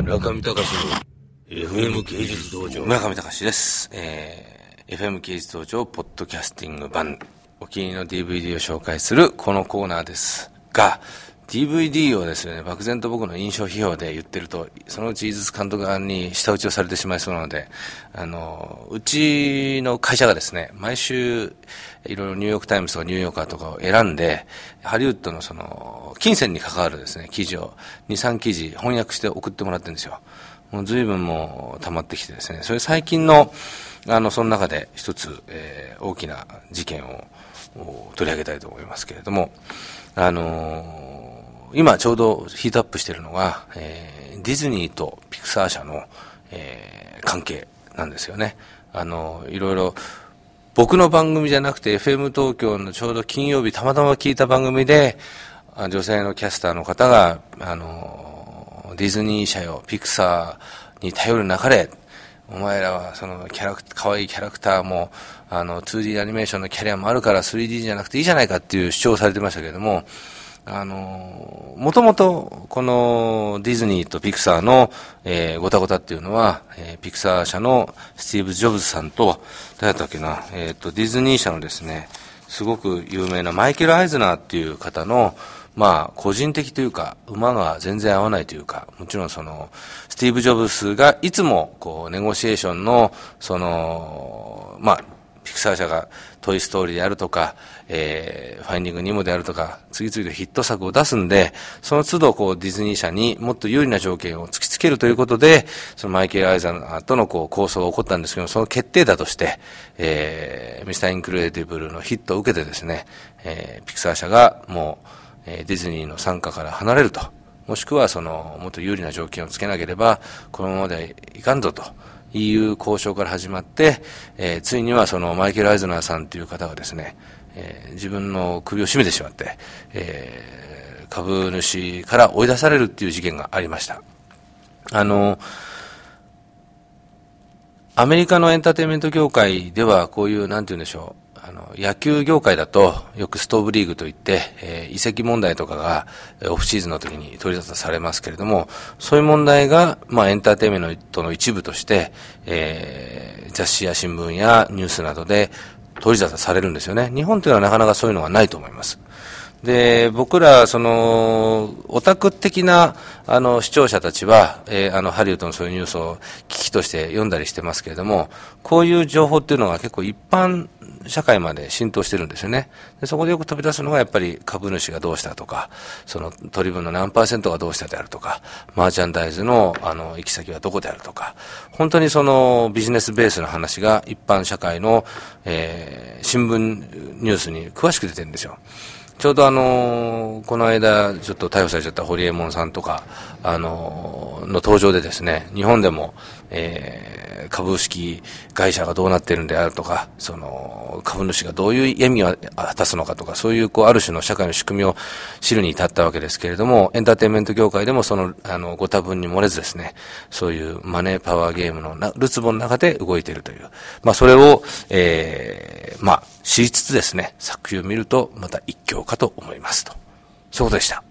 村上隆の FM 芸術道場。 村上隆です。FM 芸術道場ポッドキャスティング版、お気に入りの DVD を紹介するこのコーナーですが、DVD をですね、漠然と僕の印象批評で言ってると、そのうち井筒監督側に舌打ちをされてしまいそうなので、うちの会社がですね、毎週いろいろニューヨークタイムズとかニューヨーカーとかを選んで、ハリウッドのその金銭に関わるですね、記事を2、3記事翻訳して送ってもらってるんですよ。もう随分もう溜まってきてですね、それ最近のその中で一つ、大きな事件を取り上げたいと思いますけれども、今ちょうどヒートアップしているのが、ディズニーとピクサー社の、関係なんですよね。いろいろ僕の番組じゃなくて FM 東京のちょうど金曜日たまたま聞いた番組で、女性のキャスターの方がディズニー社よ、ピクサーに頼るなかれ、お前らはその可愛いキャラクターも2D アニメーションのキャリアもあるから 3D じゃなくていいじゃないかっていう主張をされてましたけれども、もともとこのディズニーとピクサーの、ごたごたっていうのは、ピクサー社のスティーブ・ジョブズさんと、誰だったっけな、ディズニー社のですね、すごく有名なマイケル・アイズナーっていう方の、個人的というか、馬が全然合わないというか、もちろんその、スティーブ・ジョブズがいつも、ネゴシエーションの、ピクサー社がトイ・ストーリーであるとか、ファインディング・ニモであるとか、次々とヒット作を出すんで、その都度ディズニー社にもっと有利な条件を突きつけるということで、そのマイケル・アイザナーとの構想が起こったんですけど、その決定打として、ミスター・インクレディブルのヒットを受けてですね、ピクサー社がもう、ディズニーの傘下から離れると、もしくはもっと有利な条件をつけなければ、このままでいかんぞという交渉から始まって、ついにはそのマイケル・アイズナーさんという方がですね、自分の首を絞めてしまって、株主から追い出されるっていう事件がありました。アメリカのエンターテインメント業界ではこういう、なんて言うんでしょう、野球業界だとよくストーブリーグといって、移籍問題とかがオフシーズンの時に取り沙汰されますけれども、そういう問題が、エンターテインメントの一部として、雑誌や新聞やニュースなどで取り沙汰されるんですよね。日本というのはなかなかそういうのがないと思います。で、僕ら、オタク的な、視聴者たちは、ハリウッドのそういうニュースを危機として読んだりしてますけれども、こういう情報っていうのが結構一般社会まで浸透してるんですよね。で、そこでよく飛び出すのがやっぱり株主がどうしたとか、その取り分の何%がどうしたであるとか、マーチャンダイズの、行き先はどこであるとか、本当にビジネスベースの話が一般社会の、新聞ニュースに詳しく出てるんですよ。ちょうどこの間ちょっと逮捕されちゃったホリエモンさんとか、の登場でですね、日本でも、株式会社がどうなっているんであるとか、株主がどういう意味を果たすのかとか、そういうある種の社会の仕組みを知るに至ったわけですけれども、エンターテインメント業界でもご多分に漏れずですね、そういうマネーパワーゲームのるつぼの中で動いているという、それを、知りつつですね、作品を見るとまた一興かと思いますと。そういうことでした。